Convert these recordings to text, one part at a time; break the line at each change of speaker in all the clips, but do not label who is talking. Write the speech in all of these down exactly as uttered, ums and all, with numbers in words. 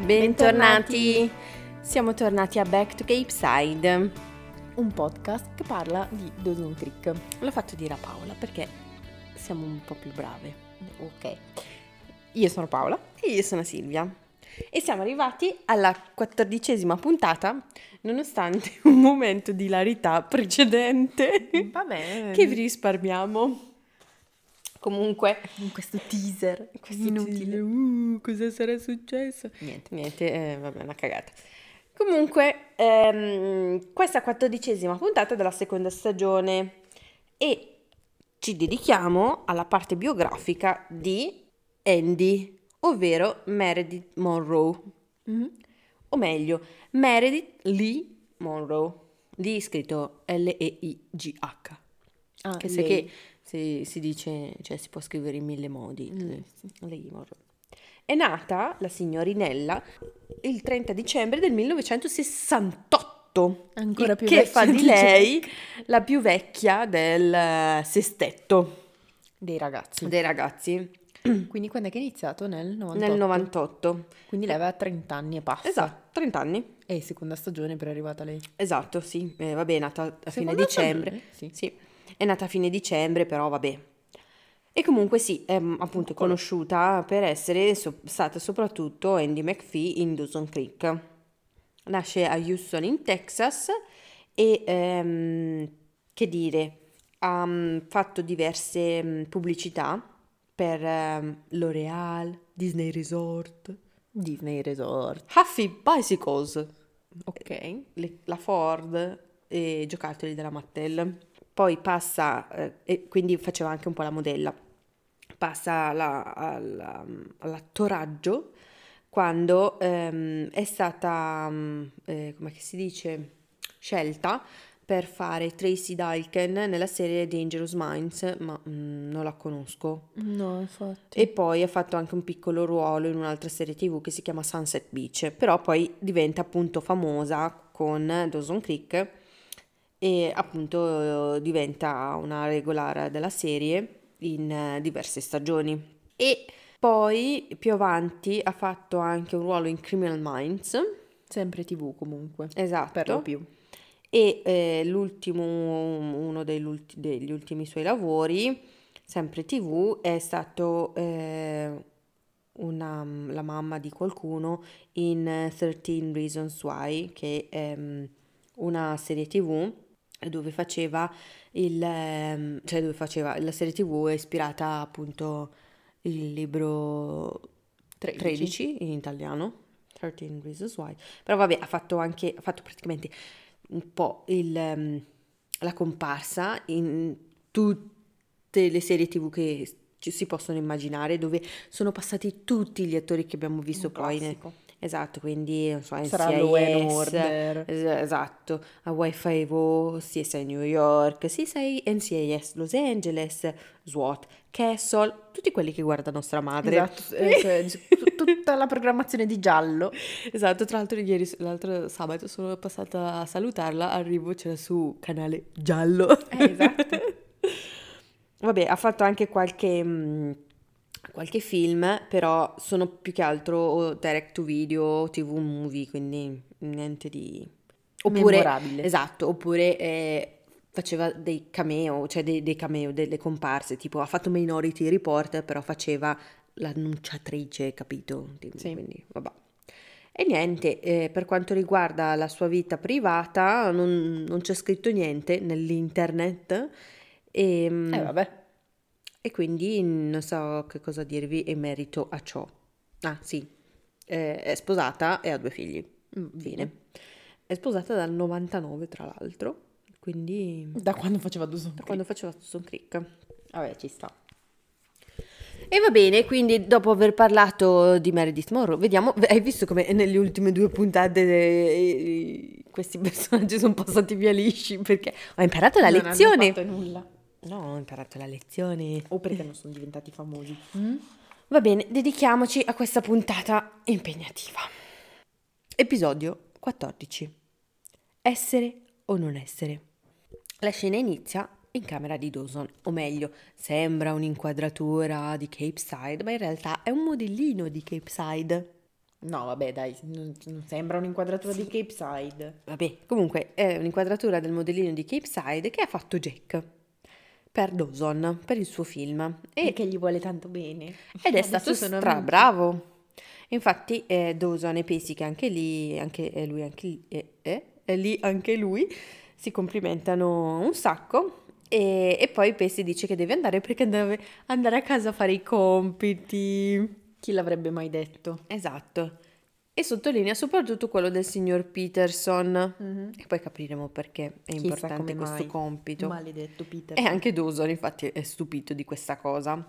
Bentornati. Siamo tornati a Back to Cape Side,
un podcast che parla di Dawson's Creek.
L'ho fatto dire a Paola perché siamo un po' più brave.
Ok. Io sono Paola.
E io sono Silvia. E siamo arrivati alla quattordicesima puntata, nonostante un momento di hilarità precedente.
Vabbè.
Che vi risparmiamo. Comunque,
in questo teaser
questo
inutile.
Teaser, uh, cosa sarà successo?
Niente.
Niente, eh, vabbè, una cagata. Comunque, ehm, questa quattordicesima puntata della seconda stagione e ci dedichiamo alla parte biografica di Andy, ovvero Meredith Monroe.
Mm-hmm.
O meglio, Meredith Lee Monroe. Lee scritto L E I G H.
Ah,
che sai che si, si dice, cioè si può scrivere in mille modi.
Mm.
Lei Monroe. È nata la signorinella il trenta dicembre del millenovecentosessantotto.
Ancora più
che
vecchia
fa di
di
lei la più vecchia del eh, sestetto
dei ragazzi.
dei ragazzi.
Quindi quando è che è iniziato? Nel novantotto.
Nel novantotto.
Quindi lei aveva trenta anni e passa.
Esatto, trenta anni.
E seconda stagione per è arrivata lei.
Esatto, sì. Eh, vabbè, è nata a fine
Seconda
dicembre.
stagione? Sì.
Sì, è nata a fine dicembre, però vabbè. E comunque sì, è mm, appunto è conosciuta per essere so- stata soprattutto Andy McPhee in Dawson's Creek. Nasce a Houston in Texas e, ehm, che dire, ha mm, fatto diverse mm, pubblicità per ehm, L'Oreal, Disney Resort,
Disney Resort.
Huffy Bicycles,
Ok.
le- la Ford e giocattoli della Mattel. Poi passa, eh, e quindi faceva anche un po' la modella, passa alla- alla- all'attoraggio quando ehm, è stata, mm, eh, come che si dice, scelta per fare Tracy Dulcan nella serie Dangerous Minds, ma mm, non la conosco.
No, infatti.
E poi ha fatto anche un piccolo ruolo in un'altra serie tivù che si chiama Sunset Beach, però poi diventa appunto famosa con Dawson's Creek e appunto eh, diventa una regolare della serie in eh, diverse stagioni. E poi più avanti ha fatto anche un ruolo in Criminal Minds,
Sempre tivù comunque.
esatto,
Per lo più.
e eh, l'ultimo, uno degli, ulti- degli ultimi suoi lavori, sempre tivù, è stato eh, una, la mamma di qualcuno in eh, tredici Reasons Why, che è mm, una serie tivù dove faceva il, ehm, cioè dove faceva, la serie tivù è ispirata appunto il libro
tredici.
tredici in italiano, tredici Reasons Why, però vabbè ha fatto anche, ha fatto praticamente un po' il, ehm, la comparsa in tutte le serie tivù che ci si possono immaginare, dove sono passati tutti gli attori che abbiamo visto
Un
poi. ne-
classico.
Esatto, quindi non so,
Sarà
N C I S,
Law and Order.
es- esatto, a Wi-Fi V, C S I New York, C S I N C I S Los Angeles, SWAT, Castle, tutti quelli che guarda nostra madre.
Esatto, eh, t- tutta la programmazione di giallo.
Esatto, tra l'altro ieri, l'altro sabato sono passata a salutarla, arrivo, c'era su canale giallo.
Eh, esatto.
Vabbè, ha fatto anche qualche, mh, qualche film, però sono più che altro o direct to video, tivù movie, quindi niente di... Oppure,
Memorabile.
esatto, oppure eh, faceva dei cameo, cioè dei, dei cameo, delle comparse, tipo ha fatto Minority Report, però faceva l'annunciatrice, capito?
Sì.
Quindi, vabbè. E niente, eh, per quanto riguarda la sua vita privata, non, non c'è scritto niente nell'internet. E,
Eh vabbè.
e quindi non so che cosa dirvi in merito a ciò. Ah, sì, eh, è sposata e ha due figli.
Mm,
Fine. È sposata dal novantanove, tra l'altro, quindi
Da quando faceva Dawson's
da
Creek.
quando faceva Dawson's Creek.
Vabbè, ci sta.
E va bene, quindi dopo aver parlato di Meredith Monroe, vediamo, hai visto come nelle ultime due puntate eh, questi personaggi sono passati via lisci perché ho imparato la
Non
lezione.
hanno fatto nulla.
No, ho imparato la lezione.
O perché non sono diventati famosi.
Va bene, dedichiamoci a questa puntata impegnativa. Episodio quattordici. Essere o non essere. La scena inizia in camera di Dawson, o meglio, sembra un'inquadratura di Cape Side, ma in realtà è un modellino di Cape Side.
No, vabbè, dai, non, non sembra un'inquadratura di Cape Side.
Vabbè, comunque è un'inquadratura del modellino di Cape Side che ha fatto Jack per Dawson, per il suo film. E,
Perché gli vuole tanto bene.
ed è
Adesso
stato
sono
stra
amici.
bravo. Infatti eh, Dawson e Pacey, che anche lì, anche eh, lui, anche lì, eh, eh, è lì anche lui, si complimentano un sacco. E, e poi Pacey dice che deve andare perché deve andare a casa a fare i compiti.
Chi l'avrebbe mai detto?
Esatto. E sottolinea soprattutto quello del signor Peterson.
Mhm.
E poi capiremo perché è
Chissà
importante
come
questo
mai.
compito.
Maledetto Peter.
E anche Dawson, infatti, è stupito di questa cosa.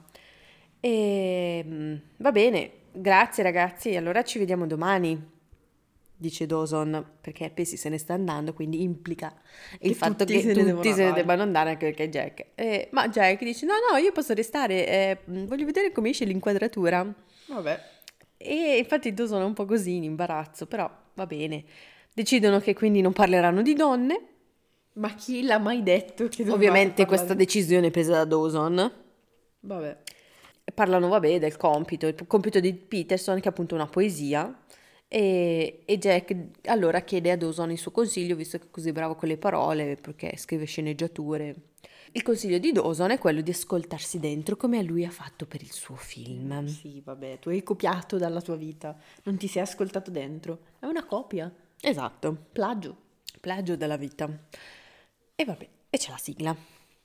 E mm, va bene, grazie ragazzi, allora ci vediamo domani, dice Dawson, perché Pacey se ne sta andando, quindi implica il
Che
fatto
tutti
che
se ne
tutti
devono
se ne
andare.
debbano andare, anche perché Jack. Eh, ma Jack dice: No, no, io posso restare, eh, voglio vedere come esce l'inquadratura.
Vabbè.
E infatti Dawson è un po' così in imbarazzo, però va bene. Decidono che quindi non parleranno di donne.
Ma chi l'ha mai detto che dovevate
Ovviamente
parlare?
questa decisione è presa da Dawson.
Vabbè.
Parlano, vabbè, del compito, il compito di Peterson, che è appunto una poesia. E, e Jack allora chiede a Dawson il suo consiglio, visto che è così bravo con le parole, perché scrive sceneggiature. Il consiglio di Dawson è quello di ascoltarsi dentro, come lui ha fatto per il suo film.
Sì, vabbè, tu hai copiato dalla tua vita, non ti sei ascoltato dentro. È una copia,
Esatto,
plagio.
plagio della vita. E vabbè, e c'è la sigla.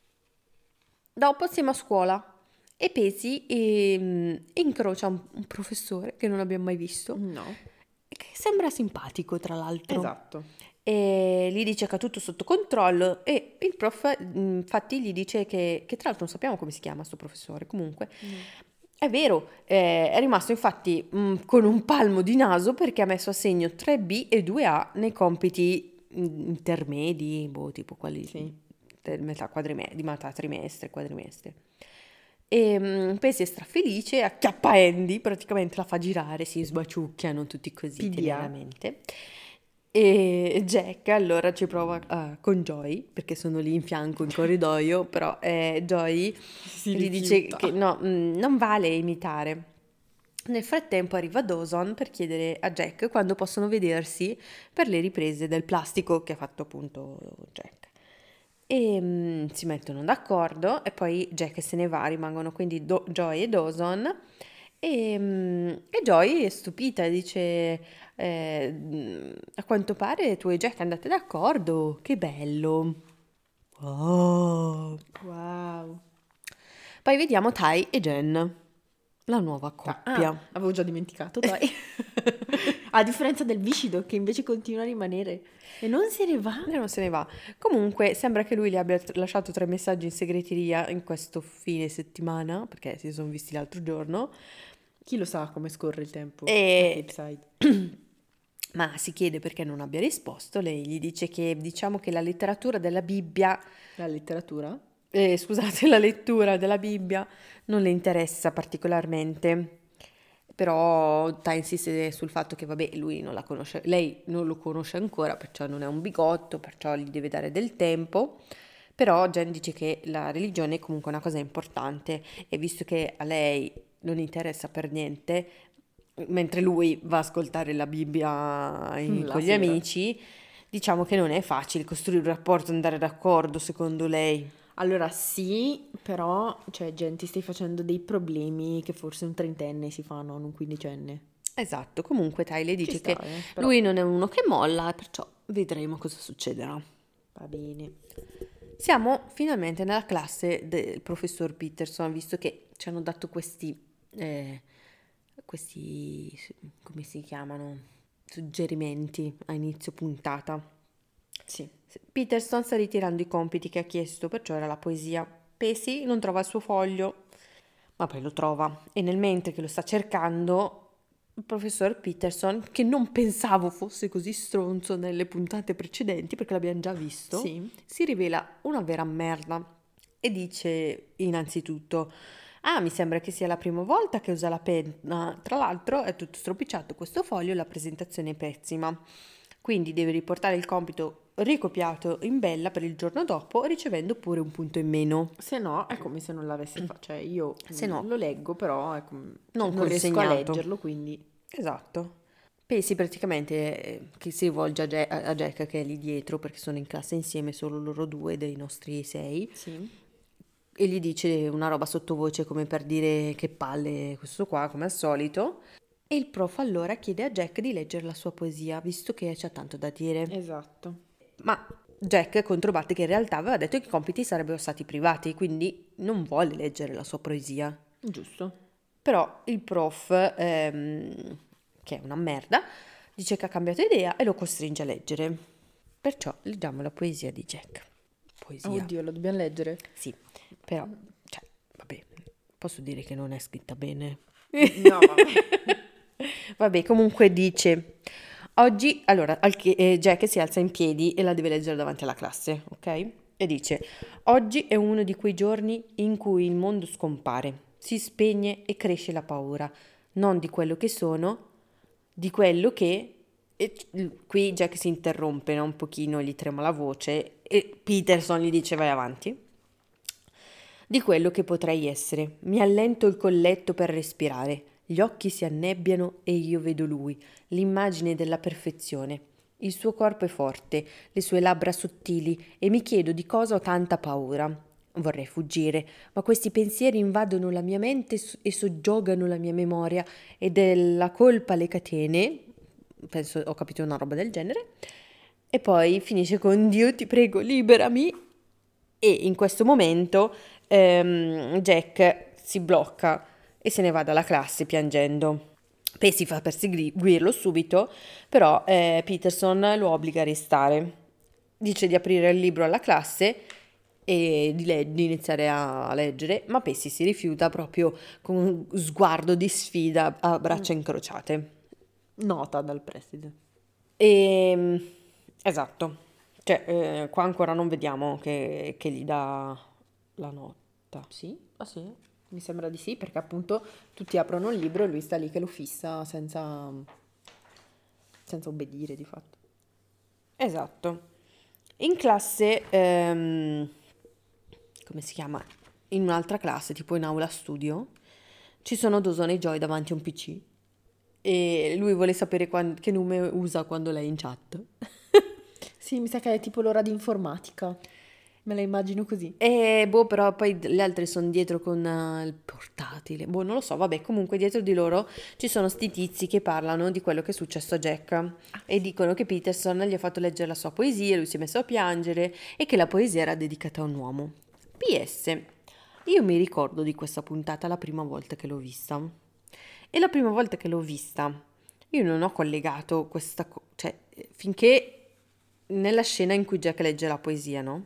Dopo siamo a scuola e Pesi ehm, incrocia un, un professore che non abbiamo mai visto,
No,
che sembra simpatico tra l'altro.
esatto.
E gli dice che ha tutto sotto controllo e il prof mh, infatti gli dice che, che tra l'altro non sappiamo come si chiama sto professore, comunque. È vero, eh, è rimasto infatti mh, con un palmo di naso perché ha messo a segno tre B e due A nei compiti mh, intermedi, boh, tipo quelli
Sì.
del metà quadrimestre, di metà trimestre, quadrimestre. E um, Pesi è strafelice, acchiappa Andy, praticamente la fa girare, si sbaciucchiano tutti così
P D A.
teneramente. E Jack allora ci prova ah, con Joy, perché sono lì in fianco in corridoio, però eh, Joy
Si
gli dice
rifiuta.
che no, mh, non vale imitare. Nel frattempo arriva Dawson per chiedere a Jack quando possono vedersi per le riprese del plastico che ha fatto appunto Jack. E mm, si mettono d'accordo e poi Jack se ne va, rimangono quindi Do- Joy e Dawson. E, mm, e Joy è stupita e dice: eh, mm, A quanto pare tu e Jack andate d'accordo, che bello. Oh.
Wow.
Poi vediamo Ty e Jen, la nuova coppia.
Ah, avevo già dimenticato, dai. A differenza del viscido che invece continua a rimanere e non se ne va.
E non se ne va. Comunque sembra che lui gli abbia tr- lasciato tre messaggi in segreteria in questo fine settimana, perché si sono visti l'altro giorno.
Chi lo sa come scorre il tempo
E-
a Cape Side.
Ma si chiede perché non abbia risposto. Lei gli dice che diciamo che la letteratura della Bibbia,
La letteratura?
eh, scusate, la lettura della Bibbia non le interessa particolarmente. Però Ty insiste sul fatto che, vabbè, lui non la conosce, lei non lo conosce ancora, perciò non è un bigotto, perciò gli deve dare del tempo. Però Jen dice che la religione è comunque una cosa importante e visto che a lei non interessa per niente, mentre lui va a ascoltare la Bibbia in-
La
con gli
sera.
amici, diciamo che non è facile costruire un rapporto, andare d'accordo, secondo lei.
Allora sì, però, cioè, gente, stai facendo dei problemi che forse un trentenne si fa, non un quindicenne.
Esatto, comunque Ty le
Ci
dice
sta,
che
eh, però
lui non è uno che molla, perciò vedremo cosa succederà.
va bene.
Siamo finalmente nella classe del professor Peterson, visto che ci hanno dato questi, eh, questi, come si chiamano, suggerimenti a inizio puntata.
Sì.
Peterson sta ritirando i compiti che ha chiesto, perciò era la poesia. Pacey non trova il suo foglio, ma poi lo trova. E nel mentre che lo sta cercando, il professor Peterson, che non pensavo fosse così stronzo nelle puntate precedenti, perché l'abbiamo già visto,
Sì.
si rivela una vera merda e dice innanzitutto: Ah, mi sembra che sia la prima volta che usa la penna. Tra l'altro è tutto stropicciato questo foglio e la presentazione è pessima. Quindi deve riportare il compito ricopiato in bella per il giorno dopo, ricevendo pure un punto in meno.
Se no è come se non l'avesse fatto, cioè io
Se no.
lo leggo però è com- cioè,
Non
non riesco a
consegnato.
leggerlo, quindi
Esatto. Pensi praticamente eh, che si rivolge a, Ja- a Jack che è lì dietro perché sono in classe insieme, solo loro due dei nostri sei,
Sì.
e gli dice una roba sottovoce come per dire che palle questo qua, come al solito. E il prof allora chiede a Jack di leggere la sua poesia, visto che c'ha tanto da dire.
Esatto.
Ma Jack controbatte che in realtà aveva detto che i compiti sarebbero stati privati, quindi non vuole leggere la sua poesia.
Giusto.
Però il prof, ehm, che è una merda, dice che ha cambiato idea e lo costringe a leggere. Perciò leggiamo la poesia di Jack. Poesia.
Oddio, lo dobbiamo leggere.
Sì, però, cioè, vabbè, posso dire che non è scritta bene.
No, vabbè.
Vabbè, comunque dice, oggi, allora, al che- eh, Jack si alza in piedi e la deve leggere davanti alla classe, ok? E dice, oggi è uno di quei giorni in cui il mondo scompare, si spegne e cresce la paura, non di quello che sono, di quello che... E qui Jack si interrompe, no? Un pochino, gli trema la voce e Peterson gli dice vai avanti. Di quello che potrei essere. Mi allento il colletto per respirare. Gli occhi si annebbiano e io vedo lui, l'immagine della perfezione. Il suo corpo è forte, le sue labbra sottili e mi chiedo di cosa ho tanta paura. Vorrei fuggire, ma questi pensieri invadono la mia mente e soggiogano la mia memoria e della colpa le catene. Penso ho capito una roba del genere. E poi finisce con Dio ti prego, liberami. E in questo momento ehm, Jack si blocca e se ne va dalla classe piangendo. Poi si fa perseguirlo subito, però eh, Peterson lo obbliga a restare. Dice di aprire il libro alla classe e di, le- di iniziare a leggere, ma Pacey si rifiuta proprio con un sguardo di sfida a braccia incrociate.
Nota dal preside.
E, esatto, cioè eh, qua ancora non vediamo che, che gli dà la nota.
Sì,
Ah sì?
mi sembra di sì, perché appunto tutti aprono il libro e lui sta lì che lo fissa senza, senza obbedire di fatto.
Esatto. In classe, ehm, come si chiama? In un'altra classe, tipo in aula studio, ci sono Dawson e Joy davanti a un P C e lui vuole sapere quan- che nome usa quando lei è in chat.
Sì, mi sa che è tipo l'ora di informatica. Me la immagino così.
E boh, però poi le altre sono dietro con eh, il portatile. Boh, non lo so, vabbè, comunque dietro di loro ci sono sti tizi che parlano di quello che è successo a Jack e dicono che Peterson gli ha fatto leggere la sua poesia, lui si è messo a piangere e che la poesia era dedicata a un uomo. P S. Io mi ricordo di questa puntata la prima volta che l'ho vista. E la prima volta che l'ho vista, io non ho collegato questa cosa, cioè, finché nella scena in cui Jack legge la poesia, no?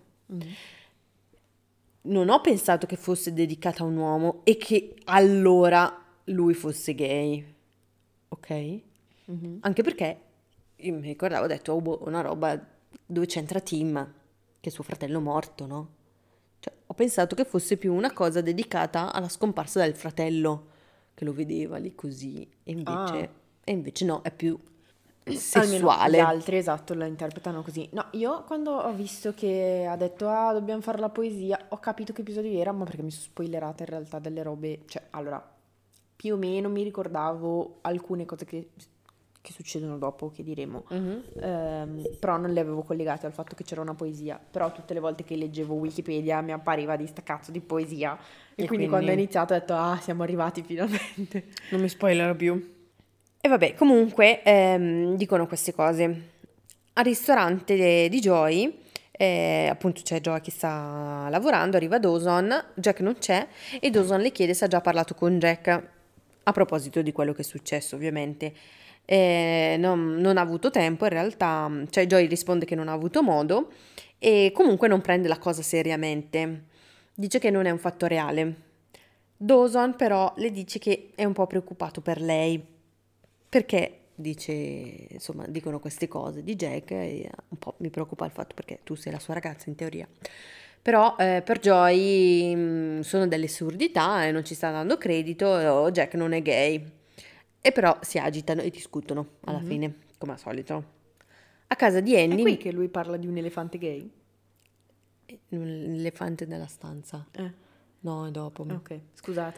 Non ho pensato che fosse dedicata a un uomo e che allora lui fosse gay, ok? Anche perché io mi ricordavo, ho detto, oh, boh, una roba dove c'entra Tim, che è suo fratello morto, no? Cioè, ho pensato che fosse più una cosa dedicata alla scomparsa del fratello, che lo vedeva lì così, e invece,
Ah.
e invece no, è più
Almeno gli
sessuale.
altri, esatto, la interpretano così. No, io quando ho visto che ha detto, ah, dobbiamo fare la poesia, ho capito che episodio era, ma perché mi sono spoilerata in realtà delle robe. Cioè, allora, più o meno mi ricordavo alcune cose che, che succedono dopo, che diremo. Ehm, però non le avevo collegate al fatto che c'era una poesia. Però tutte le volte che leggevo Wikipedia mi appariva di sta cazzo di poesia. E,
E
quindi, quando ho
quindi
iniziato ho detto, ah, siamo arrivati finalmente.
non mi spoilerò più. E vabbè, comunque ehm, dicono queste cose. Al ristorante di Joy, eh, appunto c'è Joy che sta lavorando, arriva Dawson, Jack non c'è e Dawson le chiede se ha già parlato con Jack, a proposito di quello che è successo ovviamente. Eh, non, non ha avuto tempo in realtà, cioè Joy risponde che non ha avuto modo e comunque non prende la cosa seriamente, dice che non è un fatto reale. Dawson però le dice che è un po' preoccupato per lei perché dice, insomma, dicono queste cose di Jack e un po' mi preoccupa il fatto perché tu sei la sua ragazza in teoria. Però eh, per Joy mh, sono delle assurdità e non ci sta dando credito, oh, Jack non è gay. E però si agitano e discutono alla fine, come al solito. A casa di
È qui
Annie,
che lui parla di un elefante gay?
l'elefante nella stanza.
Eh,
No, è dopo.
ok, scusate.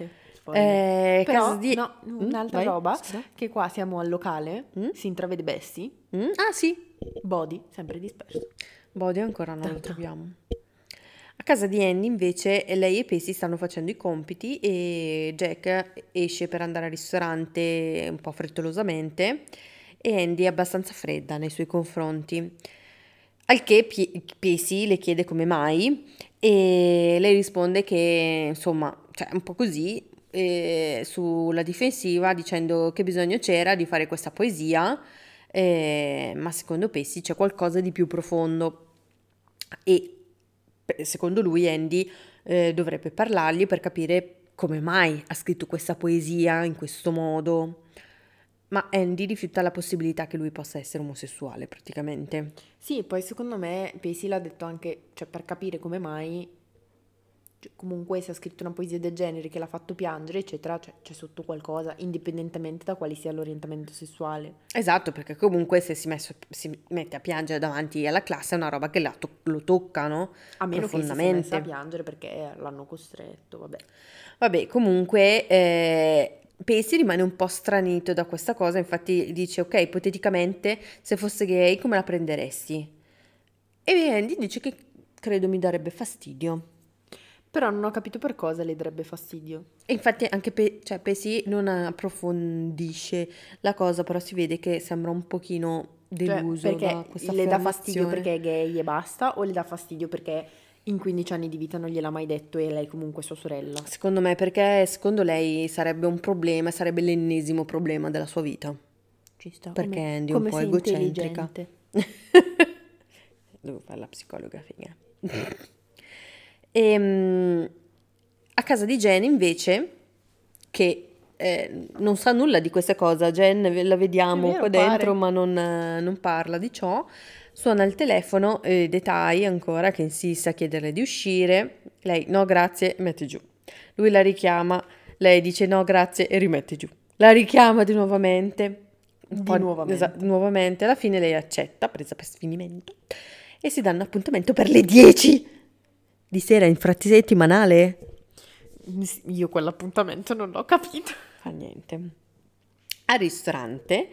spoiler.
Eh,
Però,
casa di...
no,
Mm,
un'altra
vai,
roba,
scusa.
che qua siamo al locale,
Mm?
si intravede Bessie,
Mm? Ah sì,
Body, sempre disperso.
Body ancora non lo
Tanto.
troviamo. A casa di Andy invece lei e Pacey stanno facendo i compiti e Jack esce per andare al ristorante un po' frettolosamente e Andy è abbastanza fredda nei suoi confronti. Al che Pie- Pacey le chiede come mai e lei risponde che insomma, cioè un po' così, eh, sulla difensiva dicendo che bisogno c'era di fare questa poesia, eh, ma secondo Pacey c'è qualcosa di più profondo e pe- secondo lui Andy eh, dovrebbe parlargli per capire come mai ha scritto questa poesia in questo modo. Ma Andy rifiuta la possibilità che lui possa essere omosessuale, praticamente.
Sì, poi secondo me Pacey l'ha detto anche, cioè per capire come mai, cioè, comunque se ha scritto una poesia del genere che l'ha fatto piangere, eccetera, cioè, c'è sotto qualcosa, indipendentemente da quale sia l'orientamento sessuale.
Esatto, perché comunque se si, messo- si mette a piangere davanti alla classe è una roba che la to- lo tocca, no?
A meno che si sia messa a
Profondamente.
piangere perché l'hanno costretto, vabbè.
Vabbè, comunque eh, Pacey rimane un po' stranito da questa cosa, infatti dice, ok, ipoteticamente se fosse gay come la prenderesti? E Andy dice che credo mi darebbe fastidio.
Però non ho capito per cosa le darebbe fastidio.
E infatti anche Pe- cioè, Pacey non approfondisce la cosa, però si vede che sembra un pochino
Cioè,
deluso da
perché
questa
le dà fastidio
affermazione.
perché è gay e basta, o le dà fastidio perché in quindici anni di vita non gliel'ha mai detto e lei comunque è sua sorella?
Secondo me, perché secondo lei sarebbe un problema, sarebbe l'ennesimo problema della sua vita.
Ci sta,
Perché
come,
Andy è un
come
po'
sei
egocentrica.
intelligente.
Devo fare la psicologa, figa. E, a casa di Jen invece, che eh, non sa nulla di questa cosa, Jen la vediamo
È vero,
qua dentro
pare.
ma non, eh, non parla di ciò, suona il telefono, eh, dettagli ancora che insiste a chiederle di uscire, lei no grazie, mette giù, lui la richiama, lei dice no grazie e rimette giù, la richiama di nuovamente, un
Di
po'
nuovamente.
esa- nuovamente, alla fine lei accetta, presa per sfinimento, e si danno appuntamento per le dieci di sera, infratti settimanale.
Io quell'appuntamento non l'ho capito.
Fa niente. Al ristorante,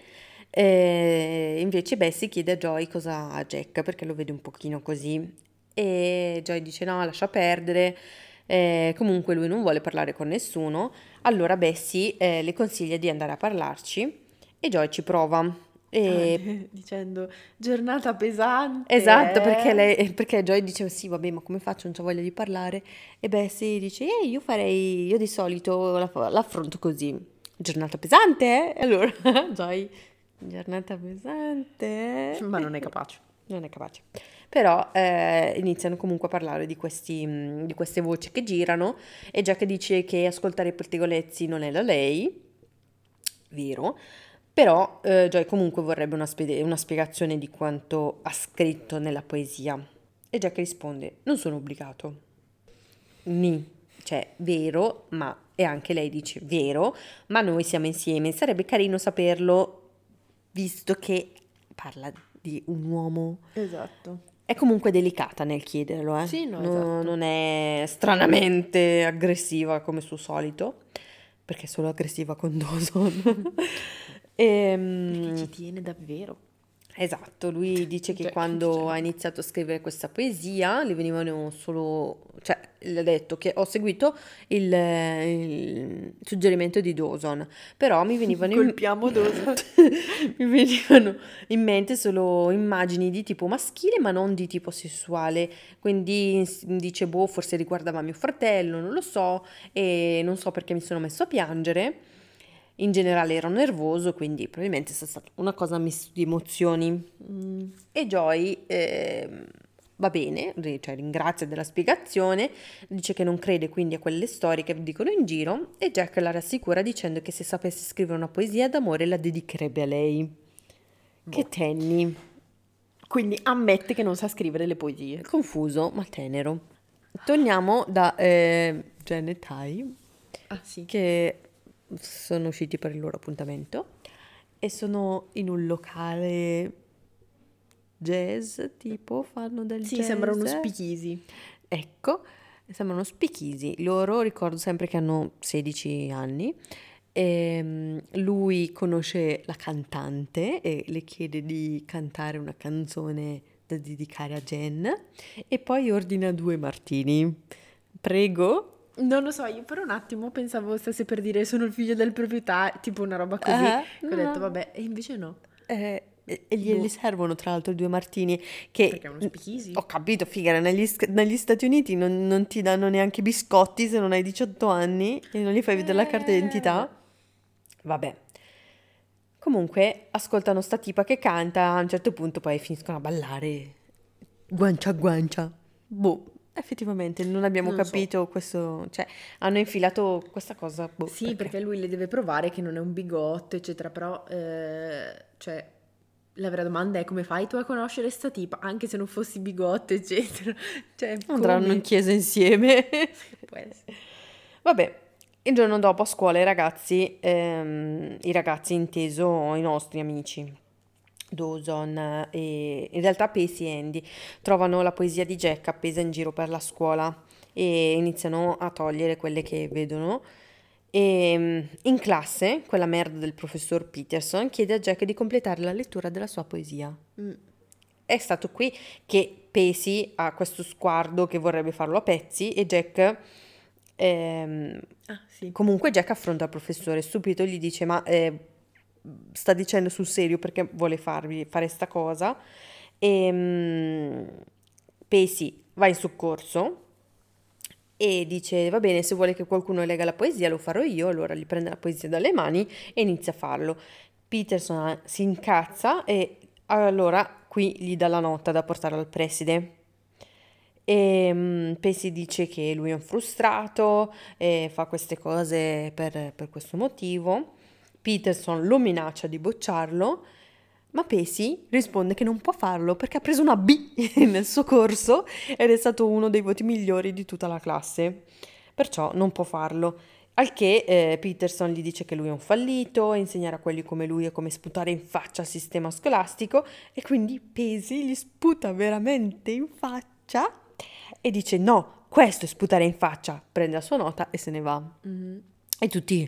eh, invece Bessie chiede a Joy cosa ha Jack perché lo vede un pochino così e Joy dice no, lascia perdere, eh, comunque lui non vuole parlare con nessuno, allora Bessie eh, le consiglia di andare a parlarci e Joy ci prova.
Ah,
E
dicendo giornata pesante,
esatto, perché,
eh?
lei, perché Joy diceva sì, vabbè, ma come faccio? Non c'ho voglia di parlare. E Bessie dice, eh, io farei, io di solito la- l'affronto così. Giornata pesante, eh? E allora, Joy, giornata pesante,
Ma
eh?
non è capace.
Non è capace. Però eh, iniziano comunque a parlare di, questi, mh, di queste voci che girano e Jack dice che ascoltare i pettegolezzi non è da lei, vero, però eh, Joy comunque vorrebbe una, spie- una spiegazione di quanto ha scritto nella poesia. E Jack risponde, non sono obbligato. Ni, cioè vero, ma... E anche lei dice vero, ma noi siamo insieme. Sarebbe carino saperlo, visto che parla di un uomo.
Esatto.
È comunque delicata nel chiederlo, eh.
Sì, no,
No-
esatto.
non è stranamente aggressiva come suo solito, perché è solo aggressiva con Dawson.
Perché
Ehm,
ci tiene davvero.
Esatto, lui dice che
Jack,
quando ha
dicendo.
iniziato a scrivere questa poesia le venivano solo, cioè, le ha detto che ho seguito il, il suggerimento di Dawson, però mi venivano in,
Colpiamo Dawson.
mi venivano in mente solo immagini di tipo maschile, ma non di tipo sessuale. Quindi s- dice, boh, forse riguardava mio fratello, non lo so, e non so perché mi sono messo a piangere. In generale ero nervoso, quindi probabilmente è stata una cosa misto di emozioni. Mm. E Joy ehm, va bene, ri- cioè ringrazia della spiegazione, dice che non crede quindi a quelle storie che dicono in giro e Jack la rassicura dicendo che se sapesse scrivere una poesia d'amore la dedicherebbe a lei. Che
Boh.
tenni,
Quindi ammette che non sa scrivere le poesie.
confuso ma tenero. Torniamo da eh, Jen e Ty,
Ah, sì.
che sono usciti per il loro appuntamento e sono in un locale jazz, tipo fanno del
Sì,
jazz.
sembra uno speakeasy.
Ecco, sembrano spichisi. Loro ricordo sempre che hanno sedici anni. E lui conosce la cantante e le chiede di cantare una canzone da dedicare a Jen e poi ordina due martini. Prego.
Non lo so, io per un attimo pensavo stesse per dire sono il figlio del proprietario, tipo una roba così.
Eh,
Che ho
no,
detto,
no.
vabbè, e invece no.
Eh, e e glieli
Boh.
servono tra l'altro due martini che
Perché è uno speakeasy.
ho capito, figara, negli, sc- negli Stati Uniti non, non ti danno neanche biscotti se non hai diciotto anni e non gli fai vedere la carta
Eh,
d'identità. Vabbè. Comunque ascoltano sta tipa che canta, a un certo punto poi finiscono a ballare guancia a guancia. Boh, effettivamente non abbiamo
Non so.
capito questo, cioè hanno infilato questa cosa, boh,
Sì, perché lui le deve provare che non è un bigotto, eccetera, però, eh, cioè, la vera domanda è come fai tu a conoscere sta tipa, anche se non fossi bigotto, eccetera. Cioè,
andranno
come?
in chiesa insieme.
Può essere.
Vabbè, il giorno dopo a scuola i ragazzi, ehm, i ragazzi inteso i nostri amici, Dawson e in realtà Pacey e Andy, trovano la poesia di Jack appesa in giro per la scuola e iniziano a togliere quelle che vedono. E mm, in classe, quella merda del professor Peterson chiede a Jack di completare la lettura della sua poesia.
Mm.
È stato qui che Pacey ha questo sguardo che vorrebbe farlo a pezzi e Jack... ehm,
Ah, sì.
comunque Jack affronta il professore, subito gli dice ma eh, sta dicendo sul serio perché vuole farvi fare sta cosa e mm, Pacey va in soccorso e dice va bene, se vuole che qualcuno legga la poesia lo farò io, allora gli prende la poesia dalle mani e inizia a farlo. Peterson eh, si incazza e allora qui gli dà la nota da portare al preside. E mm, Pacey dice che lui è un frustrato e fa queste cose per, per questo motivo. Peterson lo minaccia di bocciarlo, ma Pacey risponde che non può farlo perché ha preso una B nel suo corso ed è stato uno dei voti migliori di tutta la classe. Perciò non può farlo. Al che eh, Peterson gli dice che lui è un fallito, insegnare a quelli come lui è come sputare in faccia al sistema scolastico e quindi Pacey gli sputa veramente in faccia e dice no, questo è sputare in faccia, prende la sua nota e se ne va.
Mhm.
E tutti,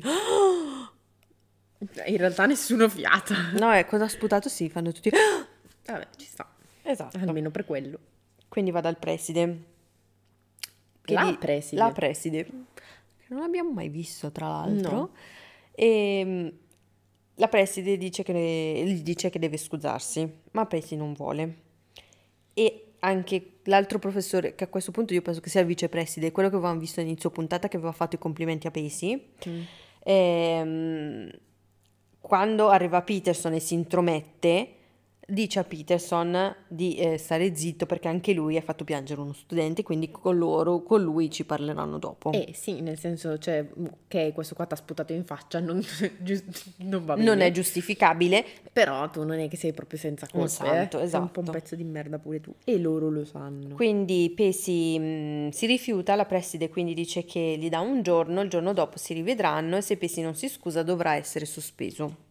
In realtà nessuno fiata.
no, è cosa ha sputato? Sì, fanno tutti,
Vabbè, ci sta.
esatto.
Almeno per quello.
Quindi va dal preside. Che
La
di-
preside.
La preside, che non abbiamo mai visto tra l'altro.
No.
E mm, la preside dice che, gli dice che deve scusarsi, ma Pacey non vuole. E anche l'altro professore, che a questo punto io penso che sia il vicepreside, quello che avevamo visto all'inizio puntata che aveva fatto i complimenti a Pacey,
Mm.
ehm, quando arriva Peterson e si intromette, dice a Peterson di eh, stare zitto perché anche lui ha fatto piangere uno studente, quindi con loro, con lui ci parleranno dopo.
Eh sì, nel senso, cioè, ok, questo qua ti ha sputato in faccia, non, gius- non va bene.
Non è giustificabile,
Però tu non è che sei proprio senza colpe,
santo,
eh. Sei un po' un
esatto.
pezzo di merda pure tu. E loro lo sanno.
quindi Pacey mh, si rifiuta, la preside quindi dice che gli dà un giorno, il giorno dopo si rivedranno e se Pacey non si scusa dovrà essere sospeso.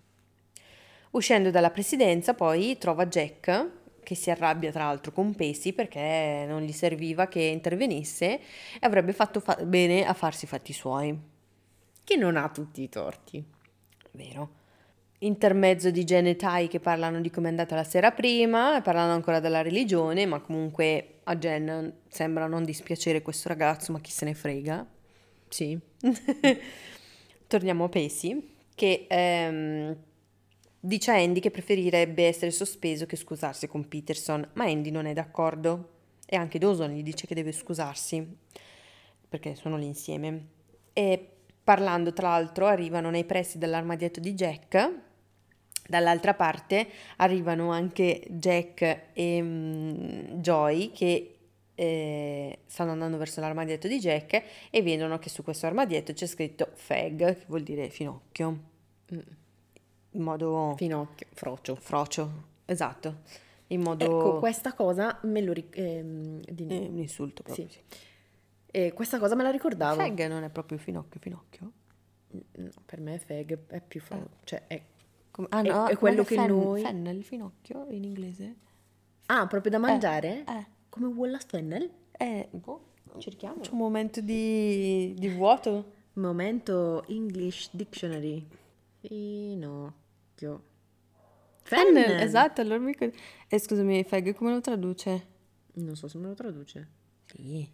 Uscendo dalla presidenza poi trova Jack, che si arrabbia tra l'altro con Pacey perché non gli serviva che intervenisse e avrebbe fatto fa- bene a farsi i fatti suoi.
Che non ha tutti i torti.
Vero. Intermezzo di Jen e Ty che parlano di come è andata la sera prima, e parlano ancora della religione, ma comunque a Jen sembra non dispiacere questo ragazzo, ma chi se ne frega.
Sì.
Torniamo a Pacey, che ehm, dice a Andy che preferirebbe essere sospeso che scusarsi con Peterson, ma Andy non è d'accordo. E anche Dawson gli dice che deve scusarsi, perché sono lì insieme. E parlando, tra l'altro, arrivano nei pressi dell'armadietto di Jack. Dall'altra parte arrivano anche Jack e mm, Joy che eh, stanno andando verso l'armadietto di Jack e vedono che su questo armadietto c'è scritto Fag, che vuol dire finocchio,
Mm.
in modo
Finocchio, frocio.
frocio, esatto, in modo...
Ecco, questa cosa me lo ric- ehm, di-
è un insulto proprio,
Sì.
sì.
eh, questa cosa me la ricordavo.
Fag non è proprio finocchio, finocchio?
No, per me fag è più frocio. Cioè, è...
Come- ah
È-
no,
è
come
quello
le
che
fen-
noi-
Fennel, finocchio in inglese?
Ah, proprio da mangiare?
Eh,
Come Wallace Fennel?
eh, boh.
Cerchiamo.
C'è un momento di, di vuoto.
Momento English Dictionary. Finocchio.
Fennel,
Fennel.
esatto, allora mi ricordo. E scusami, Feg, come lo traduce?
Non so se me lo traduce.
Sì.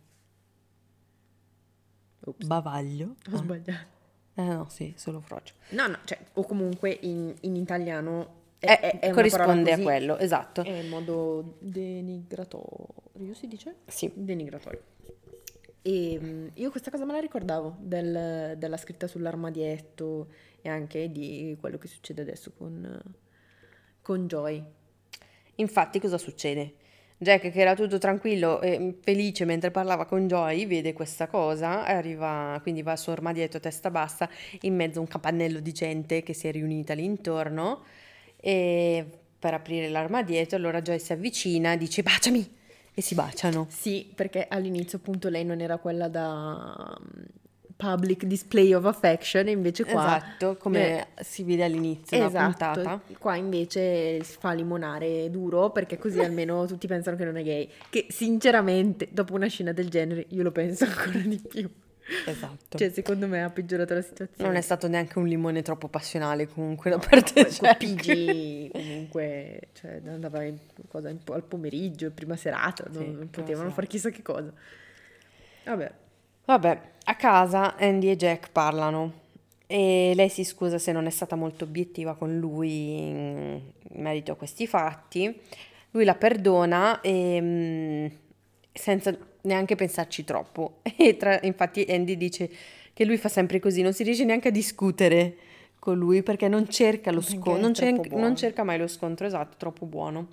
Ops.
Bavaglio.
Ho sbagliato.
Eh no, sì, solo frocio.
No, no, cioè, o comunque in, in italiano è,
Eh,
è, è una
corrisponde
parola
a
così,
quello, esatto.
è in modo denigratorio, si dice?
Sì.
Denigratorio. E mm, io questa cosa me la ricordavo del- della scritta sull'armadietto e anche di quello che succede adesso con, con Joy.
Infatti, cosa succede? Jack, che era tutto tranquillo e felice mentre parlava con Joy, vede questa cosa, e arriva, quindi va al suo armadietto a testa bassa, in mezzo a un capannello di gente che si è riunita lì intorno, e per aprire l'armadietto, allora Joy si avvicina e dice baciami, e si baciano.
Sì, perché all'inizio appunto lei non era quella da mm, public display of affection, e invece qua...
Esatto, come
eh,
si vede all'inizio della
esatto,
puntata.
qua invece si fa limonare duro perché così almeno tutti pensano che non è gay, che sinceramente dopo una scena del genere io lo penso ancora di più.
Esatto.
Cioè secondo me ha peggiorato la situazione.
Non è stato neanche un limone troppo passionale comunque da
No,
parte
no,
di
poi
Jack.
P G comunque, cioè andava in, cosa, in- al pomeriggio, prima serata, non,
Sì,
non
prima
potevano
serata.
fare chissà che cosa. Vabbè,
Vabbè, a casa Andy e Jack parlano e lei si scusa se non è stata molto obiettiva con lui in merito a questi fatti. Lui la perdona e, mm, senza neanche pensarci troppo. E tra- infatti Andy dice che lui fa sempre così, non si riesce neanche a discutere con lui perché non cerca lo
Perché
scontro,
è
non,
troppo
cer-
buono.
non cerca mai lo scontro, esatto, troppo buono.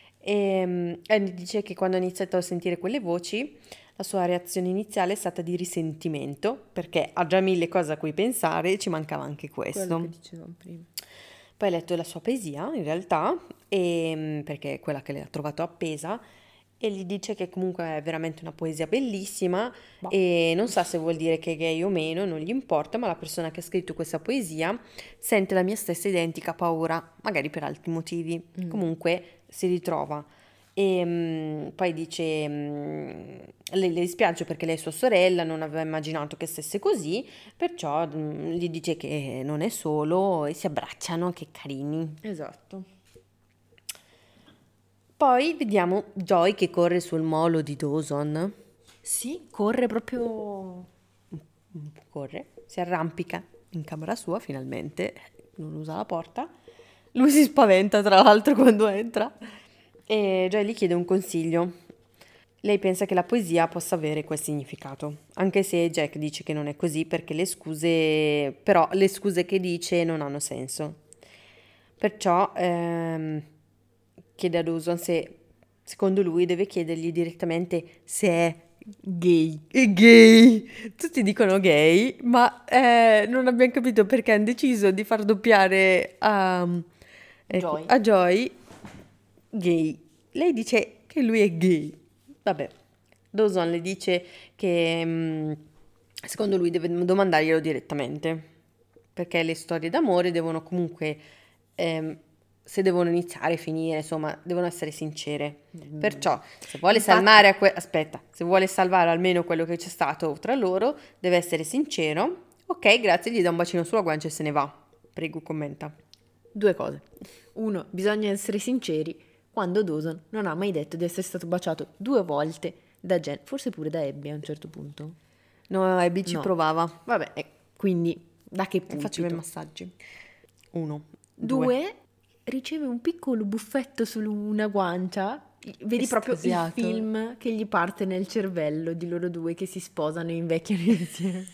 E mm, Andy dice che quando ha iniziato a sentire quelle voci, la sua reazione iniziale è stata di risentimento, perché ha già mille cose a cui pensare e ci mancava anche
quello
questo.
che dicevamo prima.
Poi ha letto la sua poesia, in realtà, e, mm, perché è quella che le ha trovato appesa, e gli dice che comunque è veramente una poesia bellissima
Boh.
e non sa se vuol dire che è gay o meno, non gli importa, ma la persona che ha scritto questa poesia sente la mia stessa identica paura, magari per altri motivi.
Mm.
Comunque si ritrova. E mm, poi dice, mm, le, le dispiace perché lei è sua sorella, non aveva immaginato che stesse così, perciò mm, gli dice che non è solo e si abbracciano, che carini.
Esatto.
Poi vediamo Joy che corre sul molo di Dawson.
Sì, corre proprio...
Corre, si arrampica in camera sua finalmente, non usa la porta. Lui si spaventa tra l'altro quando entra e Joy gli chiede un consiglio. Lei pensa che la poesia possa avere quel significato, anche se Jack dice che non è così perché le scuse, però le scuse che dice non hanno senso. Perciò ehm, chiede a Dawson se, secondo lui, deve chiedergli direttamente se è gay. È gay! Tutti dicono gay, ma eh, non abbiamo capito perché hanno deciso di far doppiare a, ecco,
Joy.
a Joy gay. Lei dice che lui è gay. Vabbè, Dawson le dice che mm, secondo lui deve domandarglielo direttamente, perché le storie d'amore devono comunque, ehm, se devono iniziare e finire, insomma, devono essere sincere. Perciò, se vuole
Infatti-
salvare a que- aspetta, se vuole salvare almeno quello che c'è stato tra loro, deve essere sincero. Ok, grazie, gli dà un bacino sulla guancia e se ne va. Prego, commenta.
Due cose. Uno, bisogna essere sinceri quando Dawson non ha mai detto di essere stato baciato due volte da Jen, forse pure da Abby a un certo punto.
No, Abby ci
No.
provava.
Vabbè, eh, quindi da che
E
punto?
faceva i massaggi. Uno. Due.
Due, riceve un piccolo buffetto su una guancia. Vedi proprio il
Estasiato.
film che gli parte nel cervello di loro due che si sposano e invecchiano insieme.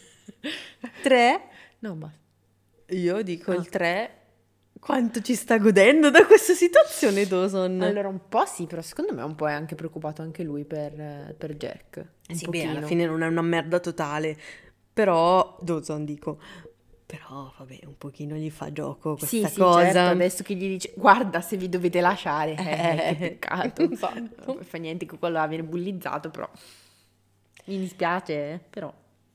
Tre.
No, basta.
Io dico
Ah.
il tre. Quanto ci sta godendo da questa situazione Dawson?
Allora un po' sì, però secondo me un po' è anche preoccupato anche lui per, per Jack. Un
sì, beh,
pochino.
alla fine non è una merda totale. Però, Dawson dico, però vabbè, un pochino gli fa gioco
Sì,
questa
sì,
cosa.
certo, adesso che gli dice guarda se vi dovete lasciare, eh,
Eh,
che peccato.
esatto.
Non fa niente che quello viene bullizzato, però mi dispiace, eh, però.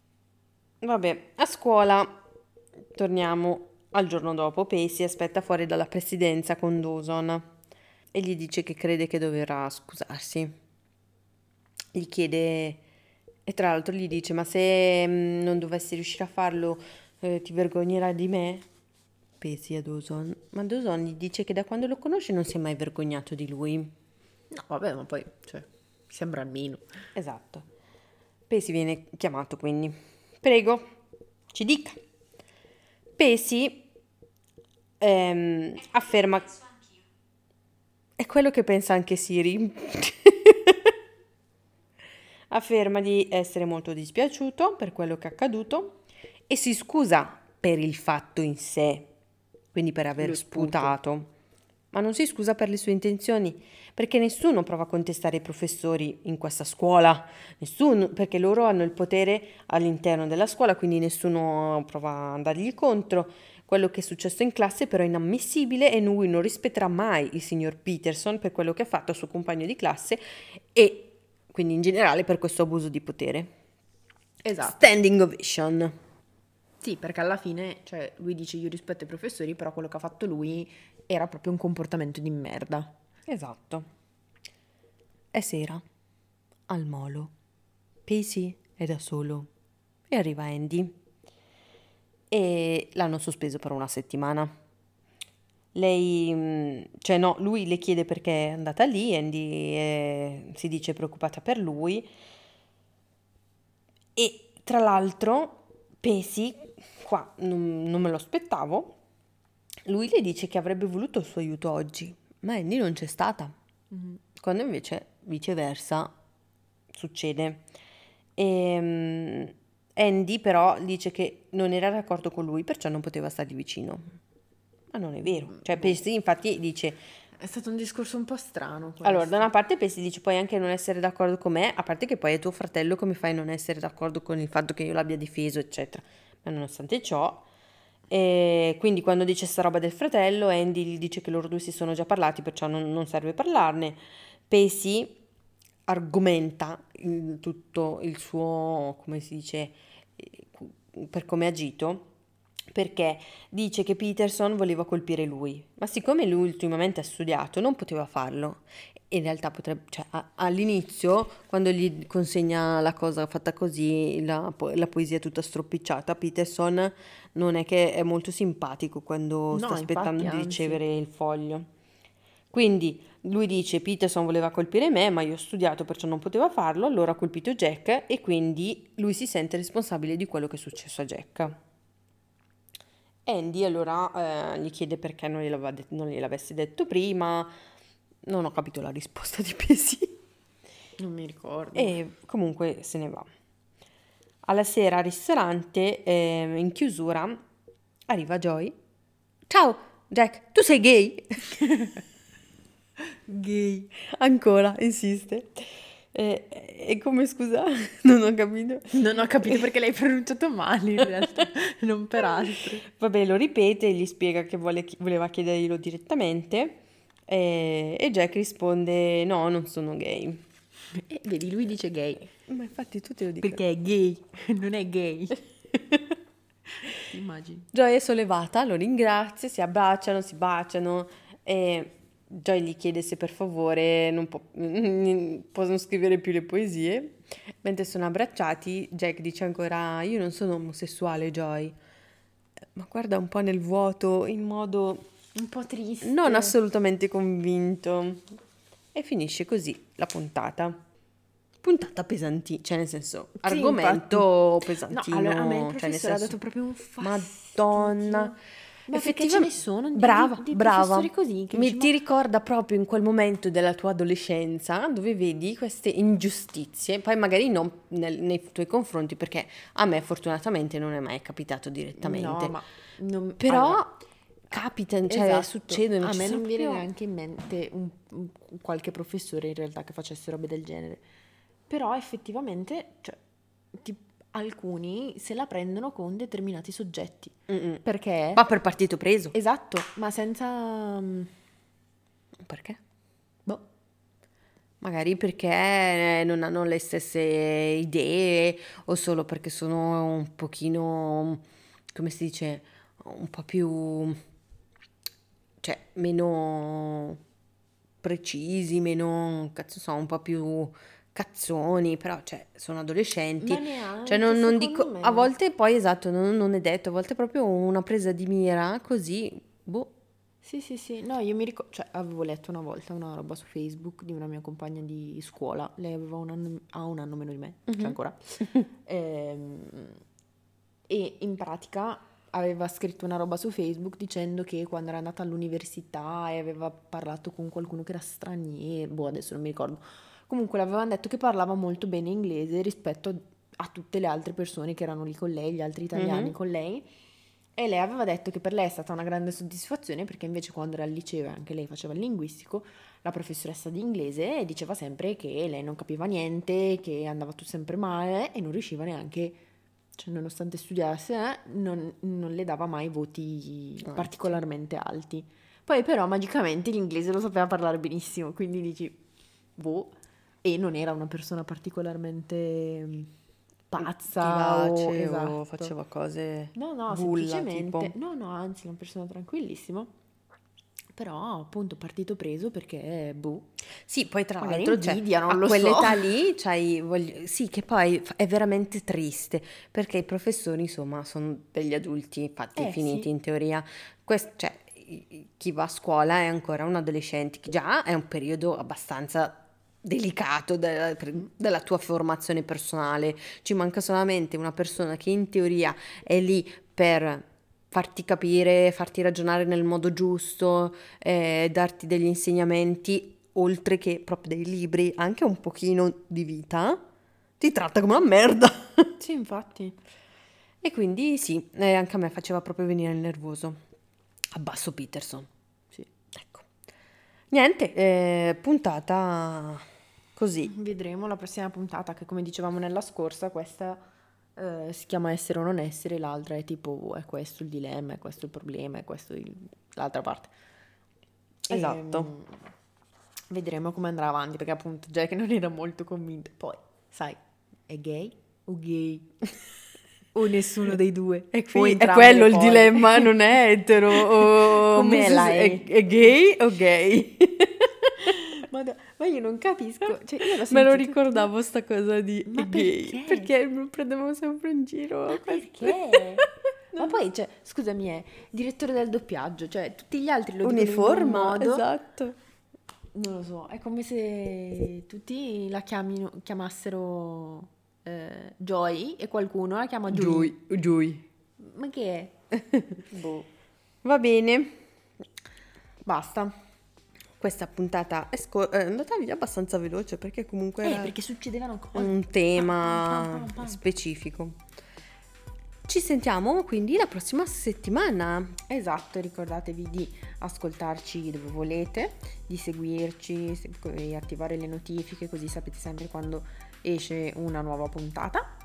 Vabbè, a scuola torniamo al giorno dopo. Pacey aspetta fuori dalla presidenza con Dawson e gli dice che crede che dovrà scusarsi. Gli chiede E tra l'altro gli dice, ma se mm, non dovessi riuscire a farlo, eh, ti vergognerai di me? Pensi a Dawson. Ma Dawson gli dice che da quando lo conosce non si è mai vergognato di lui.
No, vabbè, ma poi, cioè, mi sembra almeno.
Esatto. Pesi viene chiamato quindi. Prego, ci dica. Pesi ehm, afferma... È quello che pensa anche Siri. Afferma di essere molto dispiaciuto per quello che è accaduto e si scusa per il fatto in sé, quindi per aver
Lo sputo.
sputato, ma non si scusa per le sue intenzioni, perché nessuno prova a contestare i professori in questa scuola, nessuno, perché loro hanno il potere all'interno della scuola, quindi nessuno prova a andargli contro. Quello che è successo in classe però è inammissibile e lui non rispetterà mai il signor Peterson per quello che ha fatto al suo compagno di classe e quindi in generale per questo abuso di potere.
Esatto.
Standing ovation.
Sì, perché alla fine, cioè, lui dice io rispetto i professori, però quello che ha fatto lui era proprio un comportamento di merda.
Esatto. È sera, al molo. Pacey è da solo e arriva Andy e l'hanno sospeso per una settimana. Lei, mm, cioè no, lui le chiede perché è andata lì, Andy eh, si dice preoccupata per lui e tra l'altro Pacey, qua non, non me lo aspettavo, lui le dice che avrebbe voluto il suo aiuto oggi, ma Andy non c'è stata, quando invece viceversa succede. E, mm, Andy però dice che non era d'accordo con lui, perciò non poteva stargli vicino. Ma non è vero. Cioè, Pacey infatti dice...
È stato un discorso un po' strano questo.
Allora, da una parte Pacey dice puoi anche non essere d'accordo con me, a parte che poi è tuo fratello, come fai a non essere d'accordo con il fatto che io l'abbia difeso, eccetera. Ma nonostante ciò, e quindi quando dice sta roba del fratello, Andy gli dice che loro due si sono già parlati, perciò non, non serve parlarne. Pacey argomenta il- tutto il suo, come si dice, eh, per come ha agito, perché dice che Peterson voleva colpire lui, ma siccome lui ultimamente ha studiato non poteva farlo. In realtà potrebbe, cioè, a- all'inizio, quando gli consegna la cosa fatta così, la, po- la poesia tutta stropicciata, Peterson non è che è molto simpatico quando sta
No,
aspettando
infatti,
di
anzi.
ricevere il foglio. Quindi lui dice Peterson voleva colpire me, ma io ho studiato perciò non poteva farlo, allora ha colpito Jack e quindi lui si sente responsabile di quello che è successo a Jack. Andy allora eh, gli chiede perché non gliel'aveva det- non gliel'avesse detto prima, non ho capito la risposta di Pesi
Non mi ricordo.
e comunque se ne va. Alla sera al ristorante, eh, in chiusura, arriva Joy. Ciao Jack, tu sei gay?
Gay.
Ancora, insiste. E, e come scusa? Non ho capito.
Non ho capito perché l'hai pronunciato male in realtà, non per altro.
Vabbè, lo ripete e gli spiega che vuole- voleva chiederglielo direttamente. E, e Jack risponde: No, non sono gay.
E vedi, lui dice gay.
Ma infatti tu te lo dico.
Perché è gay, non è gay. Ti immagini?
Joy è sollevata, lo ringrazia, si abbracciano, si baciano e Joy gli chiede se per favore non può- possono scrivere più le poesie. Mentre sono abbracciati, Jack dice ancora: Io non sono omosessuale, Joy. Ma guarda un po' nel vuoto in modo
Un po' triste.
non assolutamente convinto. E finisce così la puntata. Puntata pesantina, cioè nel senso,
Sì,
argomento
infatti.
pesantino.
No, allora a me il
cioè nel
professore ha
senso,
dato proprio un fastidio.
Madonna.
Ma perché ce
Effettivamente-
ne sono di,
brava,
di, di
brava.
professori così che
Mi
dici,
ti
ma-
ricorda proprio in quel momento della tua adolescenza dove vedi queste ingiustizie, poi magari non nel- nei tuoi confronti, perché a me fortunatamente non è mai capitato direttamente.
No, ma non-
Però
allora,
capitano, cioè
esatto.
succedono.
A
ci
me
sono
non viene
proprio-
neanche in mente un, un- qualche professore in realtà che facesse robe del genere. Però effettivamente, cioè, ti- alcuni se la prendono con determinati soggetti.
Mm-mm.
Perché?
Ma per partito preso.
Esatto, ma senza... mm,
Perché?
Boh.
Magari perché non hanno le stesse idee o solo perché sono un pochino, come si dice, un po' più, cioè, meno precisi, meno, cazzo so, un po' più cazzoni, però cioè sono adolescenti.
Ma neanche,
Cioè non, non
secondo
dico,
me.
a volte poi esatto, non, non è detto, a volte è proprio una presa di mira, così, boh.
Sì, sì, sì. No, io mi ricordo, cioè avevo letto una volta una roba su Facebook di una mia compagna di scuola. Lei aveva un anno, ha un anno meno di me, cioè ancora. Ehm, e in pratica aveva scritto una roba su Facebook dicendo che quando era andata all'università e aveva parlato con qualcuno che era straniero, boh, adesso non mi ricordo. Comunque le avevano detto che parlava molto bene inglese rispetto a tutte le altre persone che erano lì con lei, gli altri italiani
Mhm.
con lei. E lei aveva detto che per lei è stata una grande soddisfazione perché invece quando era al liceo e anche lei faceva il linguistico, la professoressa di inglese diceva sempre che lei non capiva niente, che andava tutto sempre male e non riusciva neanche, cioè nonostante studiasse, eh, non, non le dava mai voti
Alti.
particolarmente alti. Poi però magicamente l'inglese lo sapeva parlare benissimo, quindi dici, boh, e non era una persona particolarmente mm, pazza o
Vivace o
esatto.
faceva cose
No, no,
bulla,
semplicemente,
tipo.
no, no, anzi, una persona tranquillissima, però appunto partito preso perché, boh,
Sì, poi tra
magari
l'altro, cioè,
invidia, non
a
lo so.
quell'età lì, c'hai, voglio- sì, che poi fa- è veramente triste, perché i professori, insomma, sono degli adulti fatti e
Eh
finiti
sì,
in teoria. Quest- cioè, i- i- chi va a scuola è ancora un adolescente, che già è un periodo abbastanza delicato de- per- della tua formazione personale. Ci manca solamente una persona che in teoria è lì per farti capire, farti ragionare nel modo giusto, eh, darti degli insegnamenti, oltre che proprio dei libri, anche un pochino di vita, ti tratta come una merda.
sì, infatti.
E quindi sì, eh, anche a me faceva proprio venire il nervoso. Abbasso Peterson.
Sì.
Ecco. Niente, eh, puntata così.
Vedremo la prossima puntata che come dicevamo nella scorsa, questa eh, si chiama Essere o non essere, l'altra è tipo oh, è questo il dilemma, è questo il problema, è questo il- l'altra parte.
Esatto.
Ehm, vedremo come andrà avanti perché appunto Jack non era molto convinto. Poi, sai, è gay o gay? O nessuno dei due?
E
O
qui è
entrambe
quello il
poi.
dilemma, non è etero o
Com'è la
omosessuale,
E?
è, è gay o gay?
Madonna, ma io non capisco, cioè io l'ho
Me lo
sentito
ricordavo sta cosa di
Ma
è gay,
perché?
perché lo prendevamo sempre in giro.
Ma
questo.
perché? Ma
Non-
poi, cioè, scusami, è direttore del doppiaggio, cioè tutti gli altri lo dicono in un
Uniforma,
modo,
esatto.
non lo so, è come se tutti la chiamino, chiamassero eh, Joy e qualcuno la chiama Joy.
Giui, giui.
Ma che è? Boh.
Va bene,
Basta.
questa puntata è, sco- è andata via abbastanza veloce perché comunque
Eh,
era
perché succedevano cose.
un
Pam,
tema
pam, pam, pam, pam.
specifico. Ci sentiamo quindi la prossima settimana.
Esatto, ricordatevi di ascoltarci dove volete, di seguirci, se- e attivare le notifiche così sapete sempre quando esce una nuova puntata.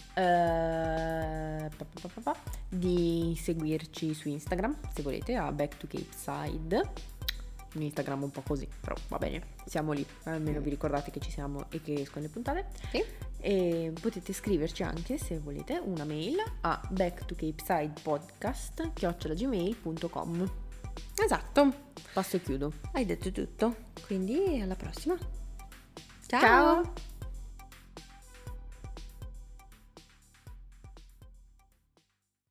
Eh, pa, pa, pa, pa, pa. Di seguirci su Instagram se volete a Back to Cape Side. Un Instagram un po' così, però va bene, siamo lì, almeno vi ricordate che ci siamo e che escono le puntate.
Sì.
E potete scriverci anche se volete una mail a backtocapesidepodcast chiocciola gmail punto com.
Esatto,
Passo e chiudo.
hai detto tutto, quindi alla prossima.
Ciao!